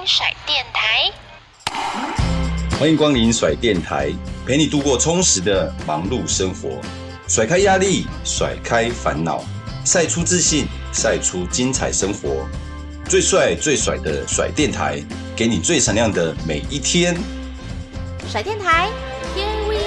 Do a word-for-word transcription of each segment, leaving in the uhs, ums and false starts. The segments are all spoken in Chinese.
甩电台， 欢迎光临甩电台，陪你度过充实的忙碌生活，甩开压力，甩开烦恼，晒出自信，晒出精彩生活。最帅最甩的甩电台，给你最闪亮的每一天。 甩电台 ，Here we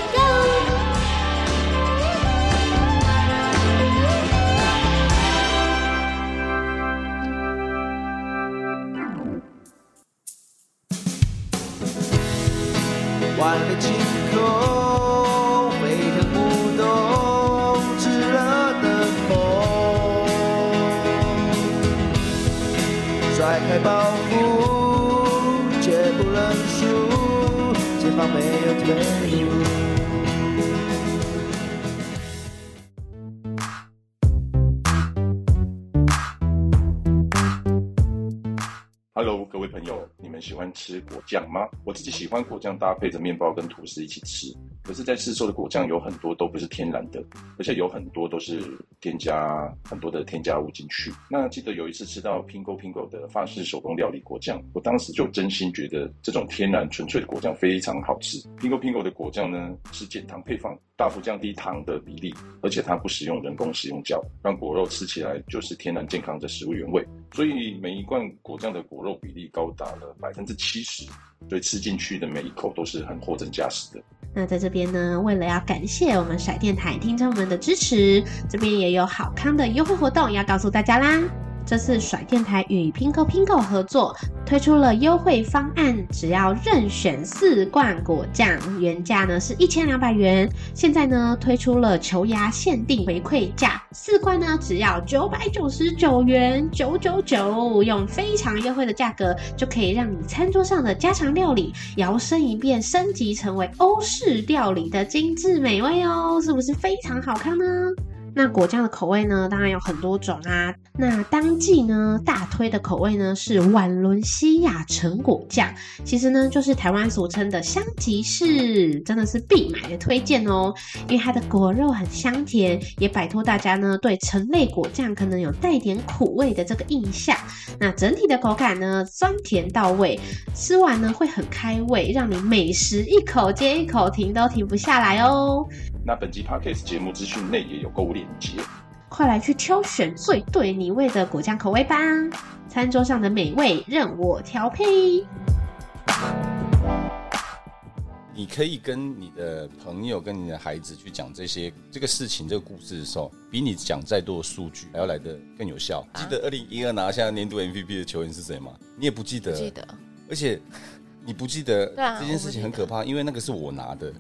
go。万里晴空，飞腾舞动，炙热的风，甩开包袱，绝不认输，前方没有退路。 Hello， 各位朋友，你们喜欢吃果酱吗？我自己喜欢果酱搭配着面包跟吐司一起吃。可是，在市售的果酱有很多都不是天然的，而且有很多都是添加很多的添加物进去。那记得有一次吃到 Pingo Pingo 的法式手工料理果酱，我当时就真心觉得这种天然纯粹的果酱非常好吃。Pingo Pingo 的果酱呢是减糖配方，大幅降低糖的比例，而且它不使用人工食用胶，让果肉吃起来就是天然健康的食物原味。所以每一罐果酱的果肉比例高达了百分之七十，所以吃进去的每一口都是很货真价实的。 那在这边呢，为了要感谢我们甩电台听众们的支持，这边也有好康的优惠活动要告诉大家啦。这次甩电台与 Pingo Pingo 合作推出了优惠方案，只要任选四罐果酱，原价呢是一千两百元，现在呢推出了球芽限定回馈价，四罐呢只要九百九十九元九九九，用非常优惠的价格就可以让你餐桌上的家常料理摇身一变，升级成为欧式料理的精致美味哦，是不是非常好看呢？那果酱的口味呢，当然有很多种啊。那当季呢，大推的口味呢是晚伦西亚橙果酱，其实呢就是台湾俗称的香吉士，真的是必买的推荐哦。因为它的果肉很香甜，也摆脱大家呢对橙类果酱可能有带点苦味的这个印象。那整体的口感呢，酸甜到位，吃完呢会很开胃，让你美食一口接一口，停都停不下来哦。 那本集 Podcast 节目资讯内也有购物链接， 快来去挑选最对你味的果酱口味吧！餐桌上的美味任我调配。 你可以跟你的朋友、跟你的孩子去讲这些这个事情、这个故事的时候，比你讲再多的数据还要来得更有效。啊、记得二零一二拿下年度 M V P 的球员是谁吗？你也不记得， 不记得， 而且你不记得这件事情很可怕，因为那个是我拿的。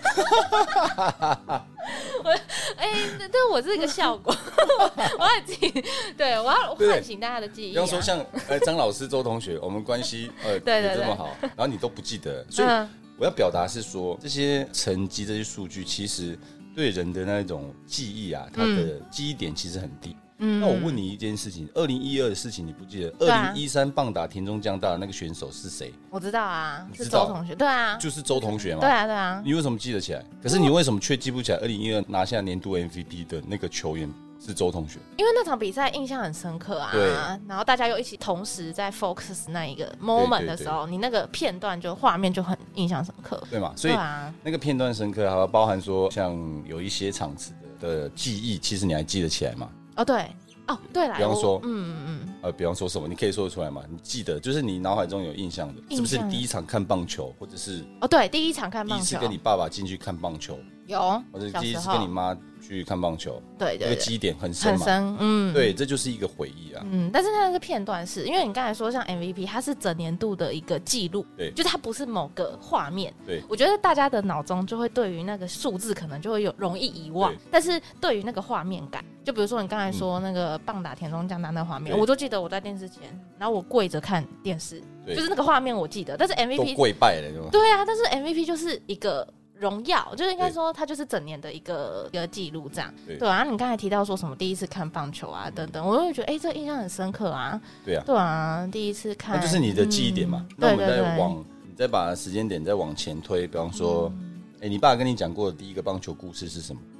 我哎，但我是一个效果，我要自己对我要唤醒大家的记忆、啊。 比方说像呃张老师、周同学，我们关系呃对对对这么好，然后你都不记得，所以我要表达是说，这些成绩、这些数据，其实对人的那种记忆啊，它的记忆点其实很低。嗯，那我问你一件事情，二零一二的事情你不记得？二零一三棒打田中将大的那个选手是谁？ 我知道啊，是周同学。对啊， 就是周同学嘛。 对啊，对啊。 你为什么记得起来？可是你为什么却记不起来？二零一二拿下年度 M V P 的那个球员是周同学？ 因为那场比赛印象很深刻啊。对。然后大家又一起同时在 focus 那一个 moment 的时候，你那个片段就画面就很印象深刻， 对嘛？所以那个片段深刻，还有包含说像有一些场次的的记忆，其实你还记得起来吗？ 哦，对。哦，对了， 比方说， 嗯嗯嗯， 呃，比方说什么，你可以说得出来吗？你记得，就是你脑海中有印象的，是不是你第一场看棒球，或者是哦，对，第一场看棒球， 第一次跟你爸爸进去看棒球， 有， 或者第一次跟你妈去看棒球， 对对， 那个记忆点很深嘛， 很深，嗯， 对，这就是一个回忆啊， 嗯，但是那是片段式，因为你刚才说像 M V P， 它是整年度的一个记录， 对， 就它不是某个画面， 对， 我觉得大家的脑中就会对于那个数字可能就会有容易遗忘，但是对于那个画面感，就比如说你刚才说那个棒打田中将大那画面，我就记得我在电视前，然后我跪着看电视，就是那个画面我记得，但是 M V P 都跪拜了，对吧？ 对啊，但是 M V P 就是一个荣耀，就是应该说它就是整年的一个一个记录这样，对, 对啊。你刚才提到说什么第一次看棒球啊等等，我就会觉得哎、欸，这印象很深刻啊。 对啊， 对啊，第一次看， 那就是你的记忆点嘛。嗯、那我们再往， 对对对， 你再把时间点再往前推，比方说，哎、嗯欸，你爸跟你讲过的第一个棒球故事是什么？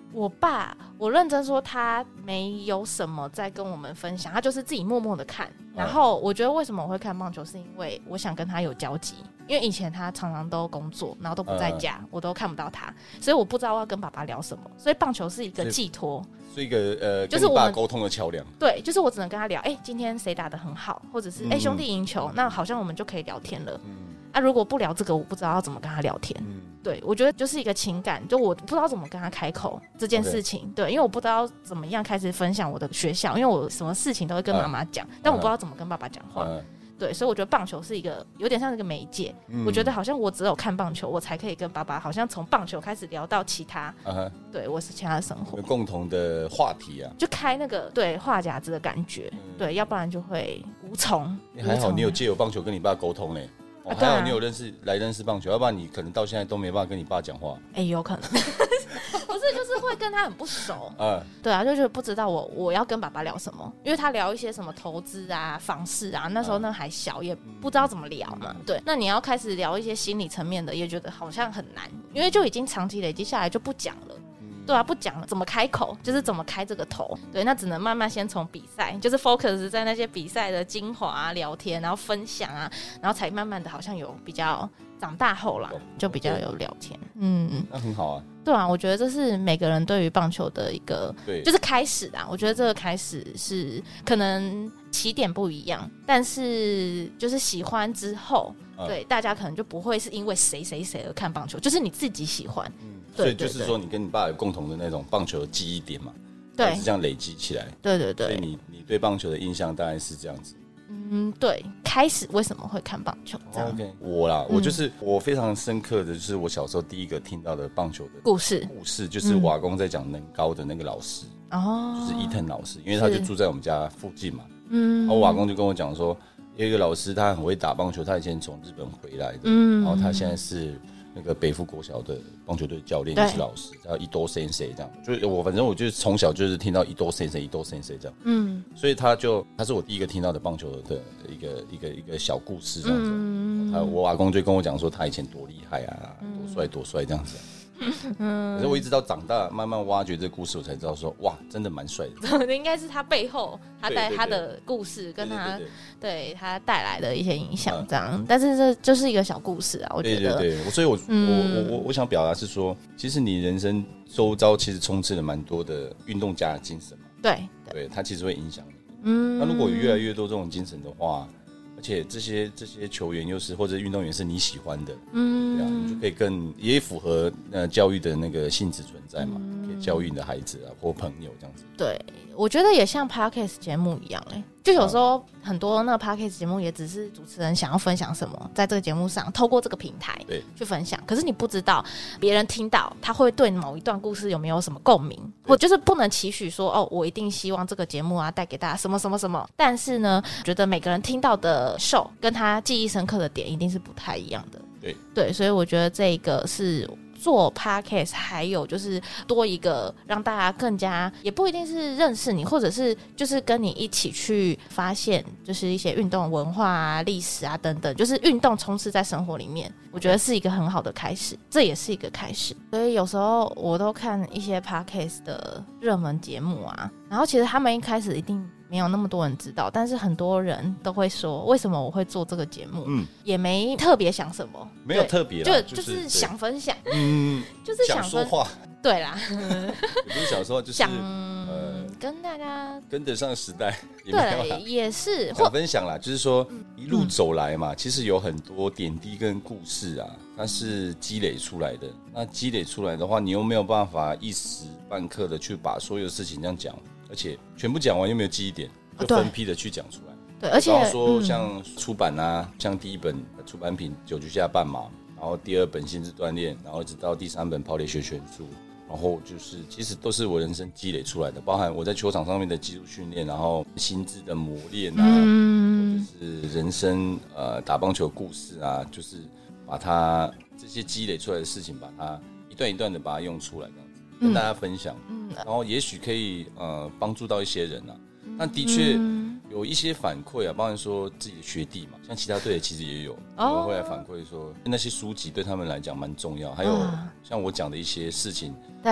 我爸，我认真说，他没有什么在跟我们分享，他就是自己默默的看。然后我觉得为什么我会看棒球，是因为我想跟他有交集，因为以前他常常都工作，然后都不在家，我都看不到他，所以我不知道要跟爸爸聊什么，所以棒球是一个寄托。 是一个呃，就是跟你爸沟通的桥梁。 对，就是我只能跟他聊，哎、欸，今天谁打得很好，或者是哎、欸、兄弟赢球，那好像我们就可以聊天了。嗯，啊，如果不聊这个，我不知道要怎么跟他聊天。嗯，对，我觉得就是一个情感，就我不知道怎么跟他开口这件事情。Okay. 对，因为我不知道怎么样开始分享我的学校，因为我什么事情都会跟妈妈讲，uh, 但我不知道怎么跟爸爸讲话。Uh, 对，所以我觉得棒球是一个有点像是一个媒介、嗯。我觉得好像我只有看棒球，我才可以跟爸爸好像从棒球开始聊到其他。Uh-huh. 对，我是其他的生活， 有共同的话题啊， 就开那个对话匣子的感觉、嗯。对，要不然就会无从。 你还好，你有借由棒球跟你爸沟通嘞。哦、还好你有认识来认识棒球，要不然你可能到现在都没办法跟你爸讲话。 哎、欸，有可能，不是，就是会跟他很不熟。嗯，对啊，就觉得不知道我我要跟爸爸聊什么，因为他聊一些什么投资啊、房市啊，那时候那还小，也不知道怎么聊嘛。嗯、对，那你要开始聊一些心理层面的，也觉得好像很难，因为就已经长期累积下来就不讲了。对啊，不讲了，怎么开口？就是怎么开这个头？对，那只能慢慢先从比赛，就是 focus 在那些比赛的精华啊、聊天，然后分享啊，然后才慢慢的好像有比较长大后啦，就比较有聊天。嗯， 那很好啊。 对啊，我觉得这是每个人对于棒球的一个，对，就是开始啊。我觉得这个开始是可能起点不一样，但是就是喜欢之后，嗯、对大家可能就不会是因为谁谁谁而看棒球，就是你自己喜欢。嗯， 所以就是说，你跟你爸有共同的那种棒球的记忆点嘛，对，是这样累积起来。 对对对， 所以你你对棒球的印象大概是这样子。 嗯，对，开始为什么会看棒球？这样 OK， 我啦，嗯、我就是我非常深刻的就是我小时候第一个听到的棒球的故事， 故事就是我阿公在讲能高的那个老师，哦、嗯，就是伊藤老师，因为他就住在我们家附近嘛，嗯，然后我阿公就跟我讲说，有一个老师他很会打棒球，他以前从日本回来的，嗯，然后他现在是那个北附国小的棒球队教练，也是老师，叫伊多先生这样。就是我反正我就是从小就是听到伊多先生、伊多先生这样，嗯，所以他就他是我第一个听到的棒球的一个一个一个小故事这样子。嗯，他我阿公就跟我讲说他以前多厉害啊，多帅多帅这样子。嗯，可是我一直到长大，慢慢挖掘这个故事，我才知道说，哇，真的蛮帅的。 应该是他背后他带他的故事，跟他 对, 对, 对, 对他带来的一些影响，这样、嗯。但是这就是一个小故事啊，我觉得。 对对对，所以我、嗯、我我我想表达是说，其实你人生周遭其实充斥了蛮多的运动家的精神嘛。 对， 对，它其实会影响你。嗯，那如果有越来越多这种精神的话。而且这些这些球员又是或者运动员是你喜欢的，嗯，对啊，你就可以更也符合呃教育的那个性质存在嘛，嗯、可以教育你的孩子啊或朋友这样子。 对，我觉得也像 podcast 节目一样、欸，就有时候很多那个 podcast 节目也只是主持人想要分享什么，在这个节目上透过这个平台对去分享，可是你不知道别人听到他会对某一段故事有没有什么共鸣，或就是不能期许说哦，我一定希望这个节目啊带给大家什么什么什么，但是呢，觉得每个人听到的受跟他记忆深刻的点一定是不太一样的。 对对，所以我觉得这个是做 podcast 还有就是多一个让大家更加也不一定是认识你，或者是就是跟你一起去发现就是一些运动文化啊、历史啊等等，就是运动充斥在生活里面，我觉得是一个很好的开始，这也是一个开始。所以有时候我都看一些 podcast 的热门节目啊，然后其实他们一开始一定没有那么多人知道，但是很多人都会说为什么我会做这个节目，嗯，也没特别想什么， 没有特别啦， 就就是想分享，嗯，就是想说话， 对啦， 也不是想说，就是想呃跟大家跟得上时代，也对，也是想分享啦，就是说一路走来嘛，其实有很多点滴跟故事啊，它是积累出来的。那积累出来的话，你又没有办法一时半刻的去把所有的事情这样讲。而且全部讲完又没有记忆点，就分批的去讲出来。 对，而且然后说像出版啊，嗯、像第一本出版品《九局下半马》，然后第二本《心智锻炼》，然后一直到第三本《跑垒学全书》，然后就是其实都是我人生积累出来的，包含我在球场上面的技术训练，然后心智的磨练啊，嗯、或者是人生呃打棒球故事啊，就是把它这些积累出来的事情，把它一段一段的把它用出来，这样子跟大家分享。嗯然后也许可以呃帮助到一些人啊，但的确有一些反馈啊，包含说自己的学弟嘛，像其他队的其实也有，他们会来反馈说那些书籍对他们来讲蛮重要，还有像我讲的一些事情， 对，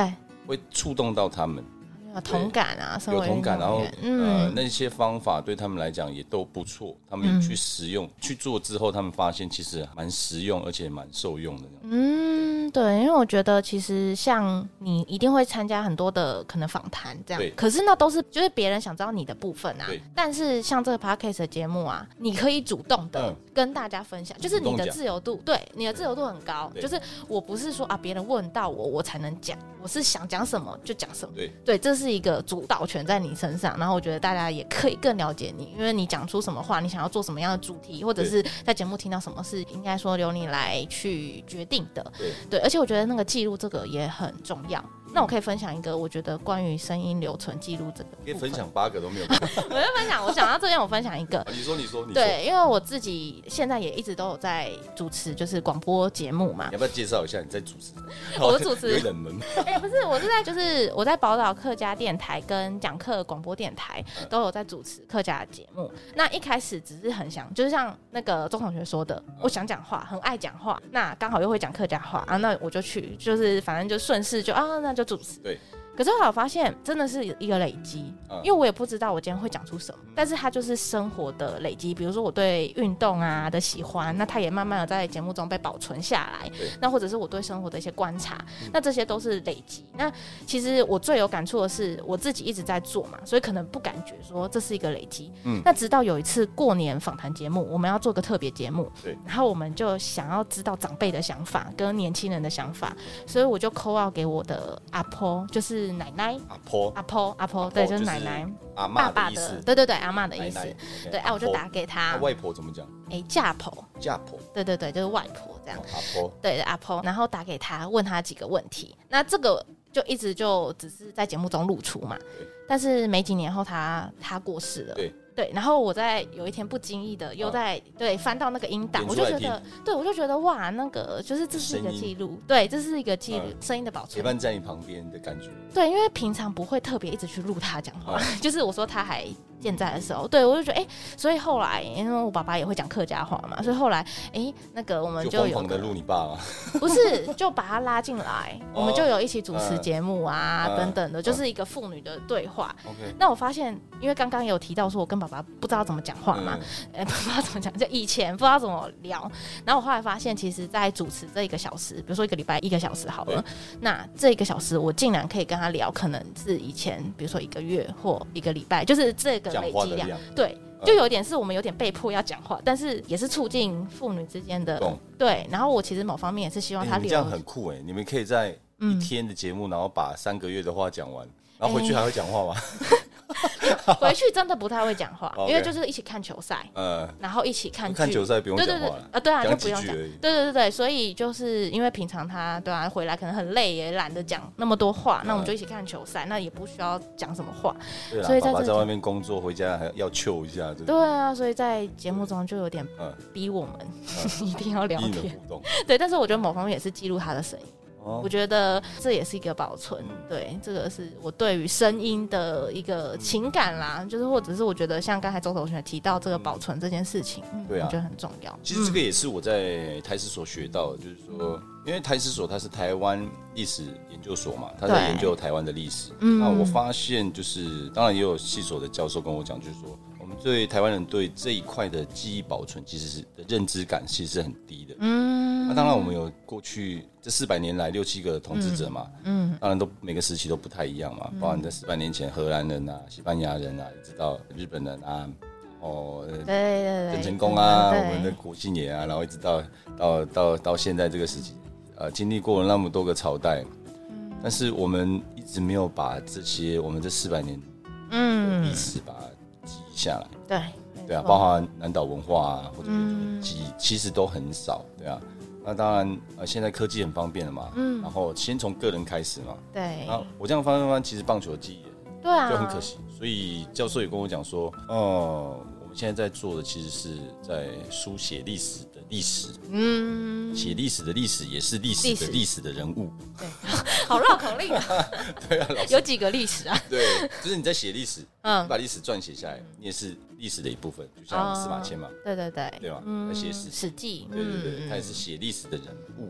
会触动到他们。 有同感啊， 有同感，然后、 嗯、 呃那些方法对他们来讲也都不错，他们去使用、嗯、去做之后，他们发现其实蛮实用，而且蛮受用的。 嗯，对，因为我觉得其实像你一定会参加很多的可能访谈这样，可是那都是就是别人想知道你的部分啊。但是像这个 podcast 的节目啊，你可以主动的跟大家分享，嗯、就是你的自由度，对，你的自由度很高，就是我不是说啊别人问到我我才能讲，我是想讲什么就讲什么，对，对，这是一个主导权在你身上，然后我觉得大家也可以更了解你，因为你讲出什么话，你想要做什么样的主题，或者是在节目听到什么是应该说由你来去决定的，对，对，而且我觉得那个记录这个也很重要。那我可以分享一个，我觉得关于声音留存记录这个， 可以分享八个都没有。 我就分享，我想到这边我分享一个。 你说，你说，你说。 对，因为我自己现在也一直都有在主持，就是广播节目嘛。 你要不要介绍一下你在主持？ 我主持。 有点冷门。 哎、欸，不是，我是在就是我在宝岛客家电台跟讲课广播电台都有在主持客家的节目。那一开始只是很想，就是像那个钟同学说的，我想讲话，很爱讲话，那刚好又会讲客家话啊，那我就去，就是反正就顺势就啊，那就主持。 对。 可是后来我发现真的是一个累积、嗯，因为我也不知道我今天会讲出什么，但是它就是生活的累积。比如说我对运动啊的喜欢，那它也慢慢的在节目中被保存下来。那或者是我对生活的一些观察，嗯、那这些都是累积。那其实我最有感触的是我自己一直在做嘛，所以可能不感觉说这是一个累积。嗯，那直到有一次过年访谈节目，我们要做个特别节目，对，然后我们就想要知道长辈的想法跟年轻人的想法，所以我就 call out 给我的阿婆，就是。奶奶阿婆阿婆阿婆，对，就是奶奶阿嬷的意思， 对对对，阿嬷的意思， 奶奶对，哎、啊，我就打给他。 外婆怎么讲？ 哎，嫁婆， 嫁婆， 对对对，就是外婆这样。 哦、阿婆， 对阿婆，然后打给他，问他几个问题。那这个就一直就只是在节目中露出嘛，但是没几年后他他过世了，对。对，然后我在有一天不经意的又在、啊、对翻到那个音档，我就觉得，对我就觉得哇，那个就是这是一个记录，对，这是一个记录，声、嗯、音的保存， 陪伴在你旁边的感觉。 对，因为平常不会特别一直去录他讲话，啊、就是我说他还健在的时候，对我就觉得哎、欸，所以后来因为我爸爸也会讲客家话嘛，所以后来哎、欸，那个我们就有就疯狂的录你爸吗？ 不是，就把他拉进来，我们就有一起主持节目啊、嗯、等等的，就是一个父女的对话。 OK， 那我发现，因为刚刚有提到说我跟爸爸不知道怎么讲话嘛，嗯欸、不知道怎么讲，就以前不知道怎么聊，然后我后来发现，其实，在主持这一个小时，比如说一个礼拜一个小时好了，那这一个小时我竟然可以跟他聊，可能是以前比如说一个月或一个礼拜，就是这个累积量，对。就有点是我们有点被迫要讲话，但是也是促进父女之间的对。然后我其实某方面也是希望他留、欸、 这样很酷哎、欸，你们可以在一天的节目，然后把三个月的话讲完，然后回去还会讲话吗？ 回去真的不太会讲话，因为就是一起看球赛，呃，然后一起看剧， 看球赛不用讲话了， 对对对，呃，对啊，就不用讲，对对对对，所以就是因为平常他对啊回来可能很累，也懒得讲那么多话，那我们就一起看球赛，那也不需要讲什么话， 对啦，所以爸爸在外面工作，回家还要揪一下， 对啊，所以在节目中就有点逼我们、嗯、一定要聊天，对，但是我觉得某方面也是记录他的声音。我觉得这也是一个保存，对，这个是我对于声音的一个情感啦，就是或者是我觉得像刚才周同学提到这个保存这件事情，对啊，我觉得很重要。 其实这个也是我在台史所学到的，就是说，因为台史所它是台湾历史研究所嘛，它在研究台湾的历史。那我发现就是，当然也有系所的教授跟我讲，就是说，我们对台湾人对这一块的记忆保存，其实是的认知感其实是很低的。嗯，那、啊、当然我们有过去这四百年来六七个统治者嘛，嗯，嗯当然都每个时期都不太一样嘛，嗯、包含在四百年前荷兰人啊、西班牙人啊，一直到日本人啊，哦，对对对，郑成功啊，我们的国姓爷啊，然后一直到到到到现在这个时期，呃，经历过了那么多个朝代，嗯，但是我们一直没有把这些我们这四百年的历史把它记忆下来， 对。 对啊，包含南岛文化啊，或者记忆、嗯，其实都很少，对啊。那当然，呃，现在科技很方便了嘛，嗯，然后先从个人开始嘛， 对。 然后我这样翻翻翻，其实棒球的记忆， 对啊， 就很可惜。所以教授也跟我讲说，哦、呃，我们现在在做的其实是在书写历史的历史，嗯，写历史的历史也是历史的历史的人物， 对，好绕口令啊， 对啊，老师有几个历史啊？ 对，就是你在写历史，嗯，把历史撰写下来，你也是历史的一部分，就像司马迁嘛， 对对对， 对吧？在写史史记， 对对对，他也是写历史的人物， 对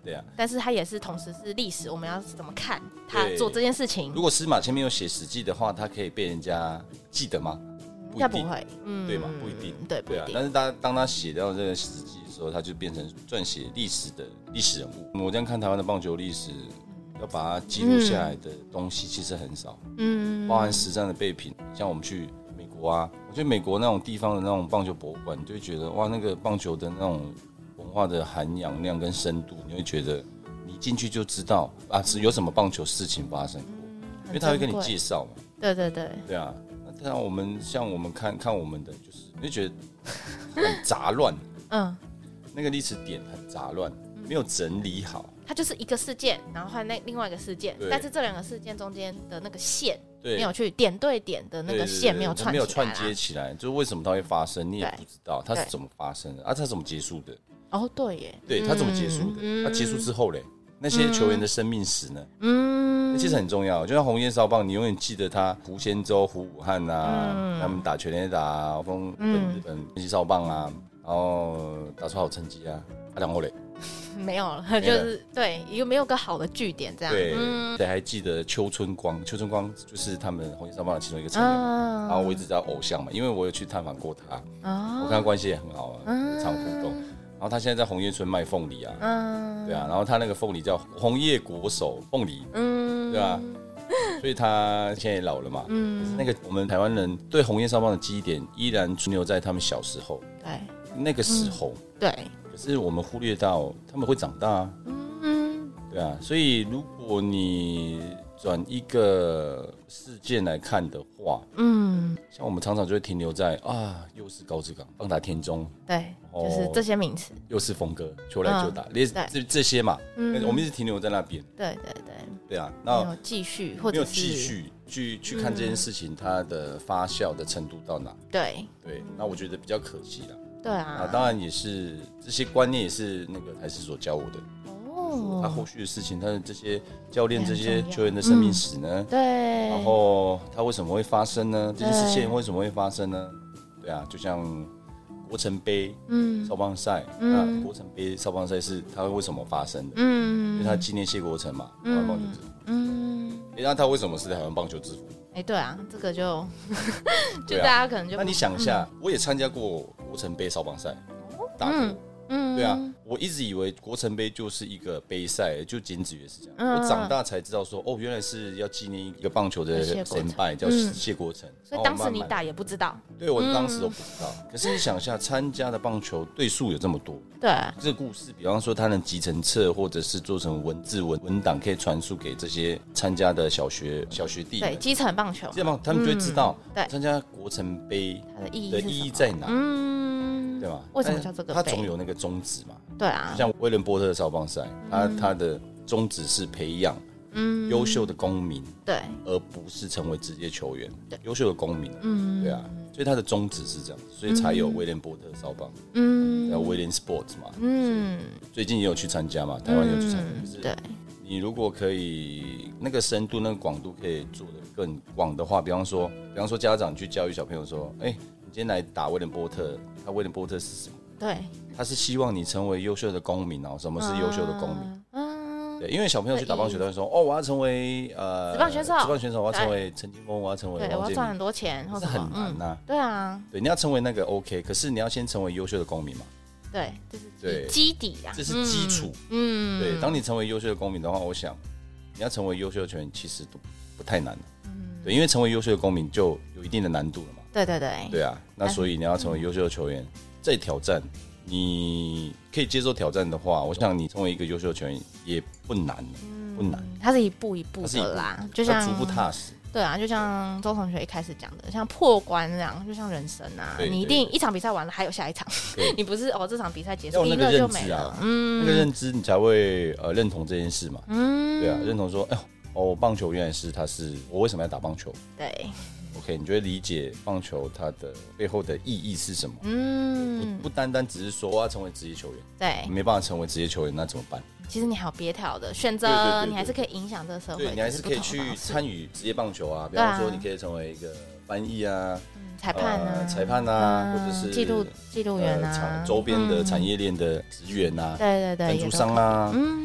对啊， 但是它也是同时是历史，我们要怎么看他做这件事情？ 如果司马迁没有写《史记》的话，他可以被人家记得吗？ 应该不会，嗯， 对吗？不一定， 对，不一定。 对啊，但是他当他写到这个《史记》的时候，他就变成撰写历史的历史人物。我这样看台湾的棒球历史，要把它记录下来的东西其实很少，嗯，包含实战的备品，像我们去美国啊，我觉得美国那种地方的那种棒球博物馆，你就会觉得哇，那个棒球的那种文化的含氧量跟深度，你会觉得你进去就知道啊，是有什么棒球事情发生过，因为他会跟你介绍嘛。 对对对， 对啊。那我们像我们看看我们的，就是你就觉得很杂乱，嗯，那个历史点很杂乱，没有整理好。 它就是一个事件，然后换那另外一个事件，但是这两个事件中间的那个线没有去点对点的那个线没有串起来， 没有串接起来，就是为什么它会发生，你也不知道它是怎么发生的啊？它怎么结束的？ 哦，对耶， 对，它怎么结束的？它、嗯、结束之后嘞，那些球员的生命史呢？嗯，那其实很重要。就像红叶少棒，你永远记得他胡仙洲、胡武汉啊，嗯、他们打全垒打、封日本那些少棒啊，然后打出好成绩啊，啊，然后嘞。 没有了，就是对，又没有个好的据点这样。 对，嗯、还记得邱春光，邱春光就是他们红叶少棒的其中一个成员，啊、然后我一直叫偶像嘛，因为我有去探访过他，啊、我跟他关系也很好啊，常互动。然后他现在在红叶村卖凤梨啊，嗯、对啊，然后他那个凤梨叫红叶国手凤梨，嗯，对啊，所以他现在也老了嘛，嗯，可是那个我们台湾人对红叶少棒的记忆点依然存留在他们小时候， 对， 那个时候， 嗯、对。 可是我们忽略到他们会长大啊，嗯，对啊，所以如果你转一个事件来看的话，嗯，像我们常常就会停留在啊，又是高志刚、棒打田中， 对，就是这些名词， 又是峰哥，球来就打，嗯、这这些嘛，嗯，我们一直停留在那边， 对对对， 对啊，那没有继续或者没有继续去去看这件事情它的发酵的程度到哪， 对对，那我觉得比较可惜啦。 对啊， 啊，当然也是这些观念也是那个台师所教我的。哦，他后续的事情，他的这些教练、这些球员的生命史呢？嗯、 对。 然后他为什么会发生呢？这些事件为什么会发生呢？对啊，就像国城杯、嗯，少棒赛，嗯，那国城杯少棒赛是它为什么发生的？嗯，因为他纪念谢国城嘛，台湾棒球之父。嗯，那他为什么是台湾棒球之父？ 哎，对啊，这个就就大家可能就、 啊、那你想一下，嗯、我也参加过国城杯少棒赛，打过。嗯嗯，对啊，我一直以为国城杯就是一个杯赛，就仅止于是这样。嗯、我长大才知道说，哦，原来是要纪念一个棒球的先辈，叫谢国城。 嗯、所以当时你打也不知道。 对，我当时都不知道。嗯、可是你想一下，参加的棒球队数有这么多， 对， 这个故事，比方说它能集成册，或者是做成文字文文档，可以传输给这些参加的小学小学弟， 对，基层棒球， 基层棒，他们就会知道， 嗯、对， 参加国城杯它的意义的意义在哪？ 嗯， 对吧？ 为什么叫这个杯？ 它总有那个宗旨嘛。 对啊， 像威廉波特的少棒赛，他他的宗旨是培养优秀的公民，对，而不是成为职业球员。优秀的公民，嗯，对啊，所以他的宗旨是这样，所以才有威廉波特少棒，嗯，叫威廉 Sports 嘛，嗯，最近也有去参加嘛，台湾也有去参加，对。你如果可以那个深度、那个广度可以做得更广的话，比方说，比方说家长去教育小朋友说，哎、欸，你今天来打威廉波特，他威廉波特是什么？ 对， 他是希望你成为优秀的公民哦。什么是优秀的公民？嗯，对，因为小朋友去打棒球，他会说：“哦，我要成为呃职棒选手， 职棒选手，我要成为陈金锋，我要成为对，我要赚很多钱， 这很难呐、啊嗯。对啊， 对，你要成为那个 OK， 可是你要先成为优秀的公民嘛。 对，这是基底啊， 这是基础。嗯，对，当你成为优秀的公民的话，我想你要成为优秀的球员，其实都不太难了。嗯，对，因为成为优秀的公民就有一定的难度了嘛。 对对对， 对啊，那所以你要成为优秀的球员，再挑战。你可以接受挑战的话，我想你成为一个优秀的球员也不难，嗯、不难。 它是一步一步的啦，就像逐步踏实。 对啊，就像周同学一开始讲的，像破关那样，就像人生啊，你一定一场比赛完了还有下一场，你不是哦这场比赛结束赢了就没了， 嗯，那个认知你才会呃认同这件事嘛，嗯，对啊，认同说，哎哦，棒球原来是它是我为什么要打棒球？ 对。 OK， 你就会理解棒球它的背后的意义是什么。嗯，不不单单只是说我要成为职业球员， 对， 没办法成为职业球员，那怎么办？ 其实你还有别条的选择，你还是可以影响这个社会， 对，你还是可以去参与职业棒球啊。比方说，你可以成为一个翻译啊， 嗯、裁判啊、 呃，裁判啊，嗯、或者是记录记录员啊， 呃、周边的产业链的职员啊， 对对对， 赞助商啊，嗯。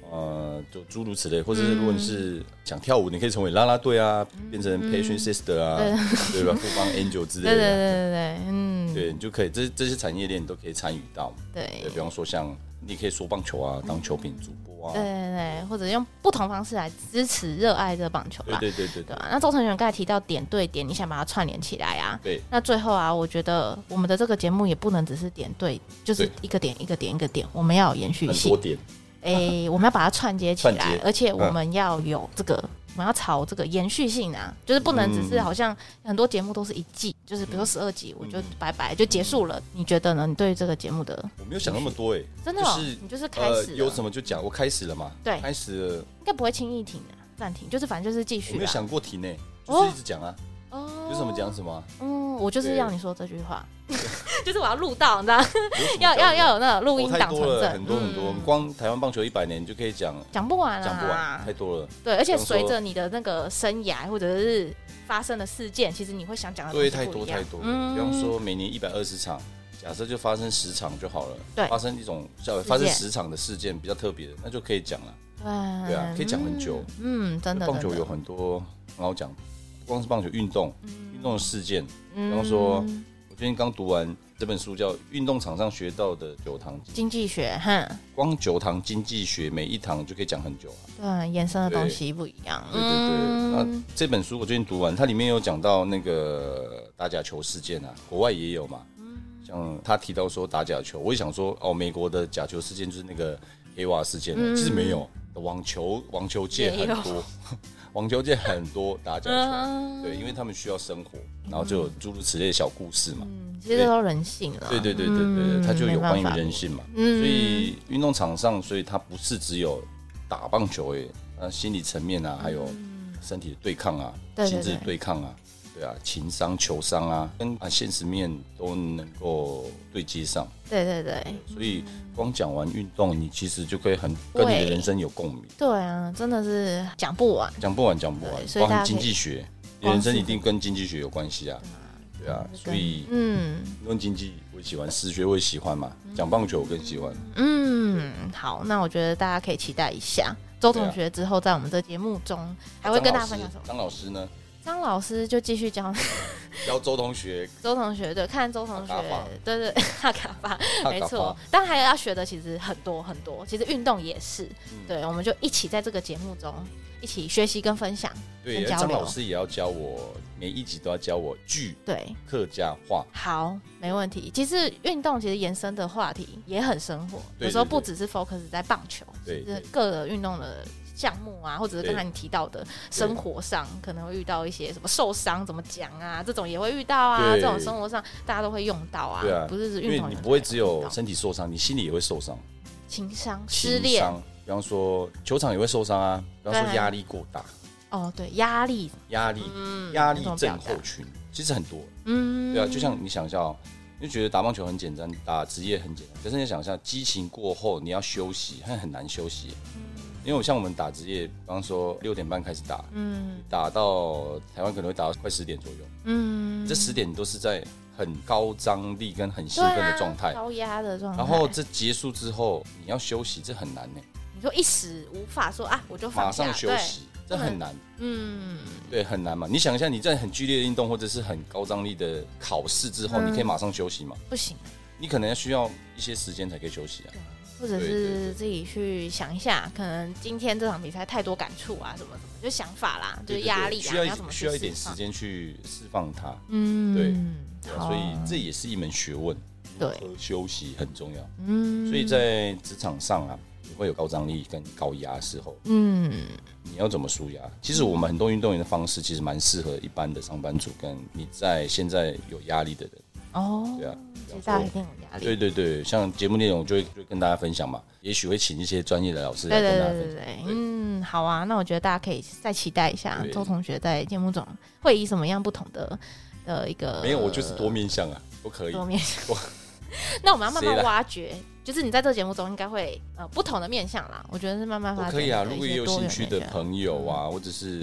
呃，就诸如此类，或者是如果你是想跳舞，你可以成为啦啦队啊，嗯、变成 Passion Sister 啊，嗯、对吧？富邦 Angel 之类的， 对对对对对，嗯， 对，你就可以这这些产业链你都可以参与到。 对， 对，比方说像你可以说棒球啊，当球评主播啊， 对对对，或者用不同方式来支持热爱这个棒球啦。 对对对对对, 对啊。那周成全刚才提到点对点，你想把它串联起来啊？ 对。 那最后啊，我觉得我们的这个节目也不能只是点对，就是一个点一个点一个点，我们要有延续性。 很多点。 哎、欸，我们要把它串接起来，而且我们要有这个， 嗯、 我们要朝这个延续性啊，就是不能只是好像很多节目都是一季，嗯、就是比如说十二集，我就拜拜、嗯、就结束了。你觉得呢？你对这个节目的我没有想那么多哎、欸， 真的、哦， 就是你就是开始、呃、 有什么就讲，我开始了嘛， 对， 开始了， 应该不会轻易停的，暂停，就是反正就是继续。 我没有想过停诶、欸，就是一直讲啊。 哦， 有什么讲什么、啊？ 嗯，我就是要你说这句话，就是我要录到，你知道，要要要有那个录音档存证， 很多很多。嗯、光台湾棒球一百年就可以讲， 讲不完啊， 讲不完，太多了。 对，而且随着你的那个生涯或者是发生的事件，其实你会想讲的东西对太多太多了。 嗯、 比方说每年一百二十场，假设就发生十场就好了。 对， 发生一种发生十场的事件比较特别的，那就可以讲了。 对， 对啊，可以讲很久。 嗯，真的。 棒球有很多很好讲，光是棒球运动。 嗯运动的事件，比方说，我最近刚读完这本书，叫《运动场上学到的九堂经济学》。哼， 光九堂经济学，每一堂就可以讲很久啊。对，延伸的东西不一样。 对对对。嗯、那这本书我最近读完，它里面有讲到那个打假球事件啊，国外也有嘛。嗯、像他提到说打假球，我也想说，哦，美国的假球事件就是那个黑袜事件，嗯、其实没有。网球网球界很多，网球界很多打假球，嗯、对，因为他们需要生活，然后就有诸如此类的小故事嘛。 嗯，其实这都人性了。 对对对对对，嗯、它就有关于人性嘛。嗯，所以运动场上，所以它不是只有打棒球诶，那心理层面啊，还有身体的对抗啊， 对对对心智的对抗啊。对啊，情商、球商啊，跟啊现实面都能够对接上。 对对对， 所以光讲完运动，你其实就可以很跟你的人生有共鸣。 对啊，真的是讲不完， 讲不完，讲不完。 所以光经济学，人生一定跟经济学有关系啊。对啊，所以嗯，论经济我也喜欢，史学我也喜欢嘛，讲棒球我更喜欢。 嗯，好，那我觉得大家可以期待一下周同学之后在我们的节目中还会跟大家分享什么。 张老师呢？ 张老师就继续教教周同学， 周同学对，看周同学，对对，哈卡巴，没错。但还有要学的其实很多很多，其实运动也是，嗯、对，我们就一起在这个节目中一起学习跟分享， 对，张老师也要教我，每一集都要教我句， 对， 客家话。 好，没问题。其实运动其实延伸的话题也很生活， 对对对， 有时候不只是 focus 在棒球， 对， 就是各个运动的项目啊，或者是刚才你提到的生活上可能会遇到一些什么受伤怎么讲啊，这种也会遇到啊。这种生活上大家都会用到啊。 对啊， 不是运动， 因为你不会只有身体受伤，你心里也会受伤， 情伤、失恋。 比方说球场也会受伤啊，比方说压力过大。 哦，对，压力， 压力，压力症候群，其实很多。嗯，对啊，就像你想一下哦，你就觉得打棒球很简单，打职业很简单，可是你想一下，激情过后你要休息，很很难休息。因为像我们打职业，比方说六点半开始打，嗯，打到台湾可能会打到快十点左右，嗯，这十点都是在很高张力跟很兴奋的状态， 高压的状态。 然后这结束之后，你要休息，这很难呢。 你说一时无法说啊，我就放下马上休息，这很难， 嗯， 对，很难嘛。你想一下，你在很剧烈的运动或者是很高张力的考试之后，嗯、你可以马上休息吗？ 不行， 你可能要需要一些时间才可以休息啊。 或者是自己去想一下，可能今天这场比赛太多感触啊，什么什么，就想法啦，就是压力啊， 需要你要怎么需要一点时间去释放它。 嗯， 对，对啊，所以这也是一门学问， 对， 休息很重要。嗯，所以在职场上啊，你会有高张力跟高压的时候，嗯，你要怎么舒压？其实我们很多运动员的方式其实蛮适合一般的上班族跟你在现在有压力的人。 哦， 对啊， 其实大家一定有压力。 对对对，像节目内容就会就会跟大家分享嘛，也许会请一些专业的老师来跟大家分享。对对对对， 嗯，好啊，那我觉得大家可以再期待一下周同学在节目中会以什么样不同的的一个。 没有，我就是多面向啊，都可以。 多面向。那我们要慢慢挖掘，就是你在这个节目中应该会呃不同的面向啦。我觉得是慢慢发掘。 可以啊，如果有兴趣的朋友啊，或者是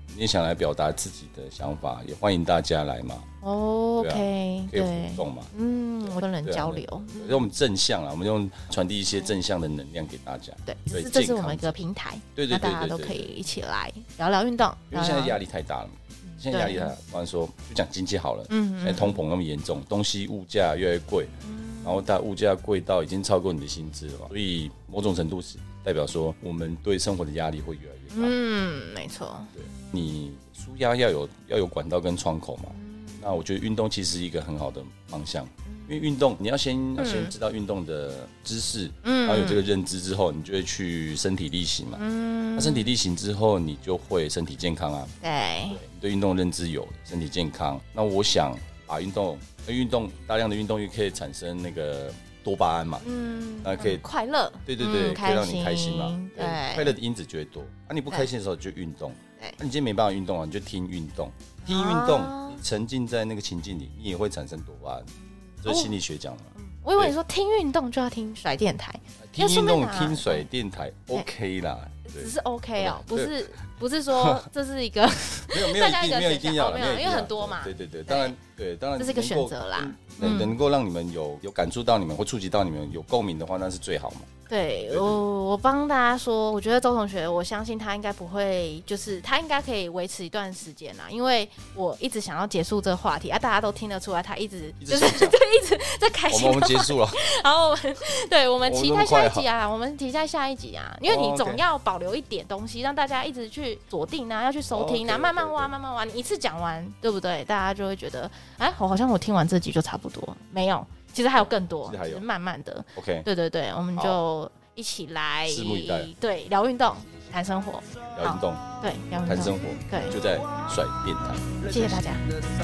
你也想来表达自己的想法，也欢迎大家来嘛。 哦 ，OK， 可以互动嘛。 嗯，我跟人交流， 所以我们正向啦，我们用传递一些正向的能量给大家。 对，这是这是我们一个平台， 对对对， 那大家都可以一起来聊聊运动。 因为现在压力太大了嘛，现在压力太大，不然说就讲经济好了，嗯，现在通膨那么严重，东西物价越来越贵，然后大物价贵到已经超过你的薪资了嘛，所以某种程度是代表说我们对生活的压力会越来越大。 嗯，没错。 对，你舒压要有要有管道跟窗口嘛。那我觉得运动其实是一个很好的方向，因为运动你要先、嗯、要先知道运动的知识，嗯，然后有这个认知之后，你就会去身体力行嘛。嗯，那身体力行之后，你就会身体健康啊。 对， 对，你对运动认知有身体健康。那我想把运动，运动大量的运动也可以产生那个多巴胺嘛，嗯，那可以快乐， 对对对， 嗯、 可以让你开心嘛， 对， 快乐的因子就会多。啊，你不开心的时候就运动，那、啊、你今天没办法运动啊，你就听运动，听运动。啊，沉浸在那个情境里，你也会产生多巴胺，这是心理学讲的嘛。 哦，我以为你说听运动就要听甩电台， 听运动听甩电台 OK 啦， 只是 OK 哦，不是不是说这是一个没有没有一定没有一定要， 没有，因为很多嘛。 对对对，当然对当然这是一个选择啦， 能能够让你们有有感触到你们或触及到你们有共鸣的话，那是最好嘛。 对，我我帮大家说，我觉得周同学，我相信他应该不会，就是他应该可以维持一段时间啦，因为我一直想要结束这个话题啊，大家都听得出来，他一直就是对一直在开心。 我们结束了， 然后我们对我们期待下一集啊，我们期待下一集啊，因为你总要保留一点东西，让大家一直去锁定啊，要去收听啊，慢慢挖，慢慢挖，你一次讲完，对不对？大家就会觉得，哎，我好像我听完这集就差不多，没有。其实还有更多， 还有慢慢的 ，OK， 对对对，我们就一起来， 拭目以待， 对，聊运动，谈生活， 聊运动， 对，聊运动， 谈生活， 对， 就在甩电台， 谢谢大家。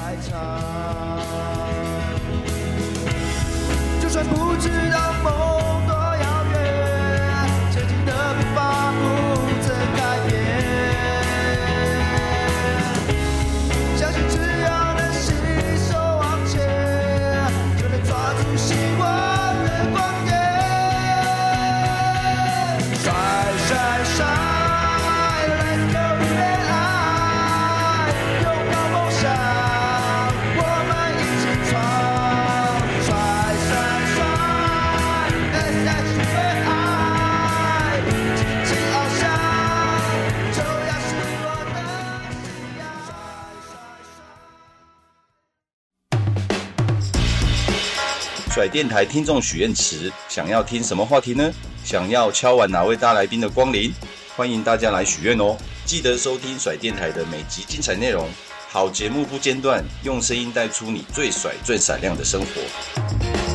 就算不知道梦多遥远，前进的步伐不曾改变，相信只要能携手往前，就能抓住希望的光点。甩甩甩 ，Let's go 恋爱，拥抱梦想，我们一起闯。甩甩甩 ，Let's dance to 被爱，尽情翱翔，就要是我的信仰。 甩电台听众许愿池，想要听什么话题呢？想要敲碗哪位大来宾的光临？欢迎大家来许愿哦！记得收听甩电台的每集精彩内容，好节目不间断，用声音带出你最甩最闪亮的生活。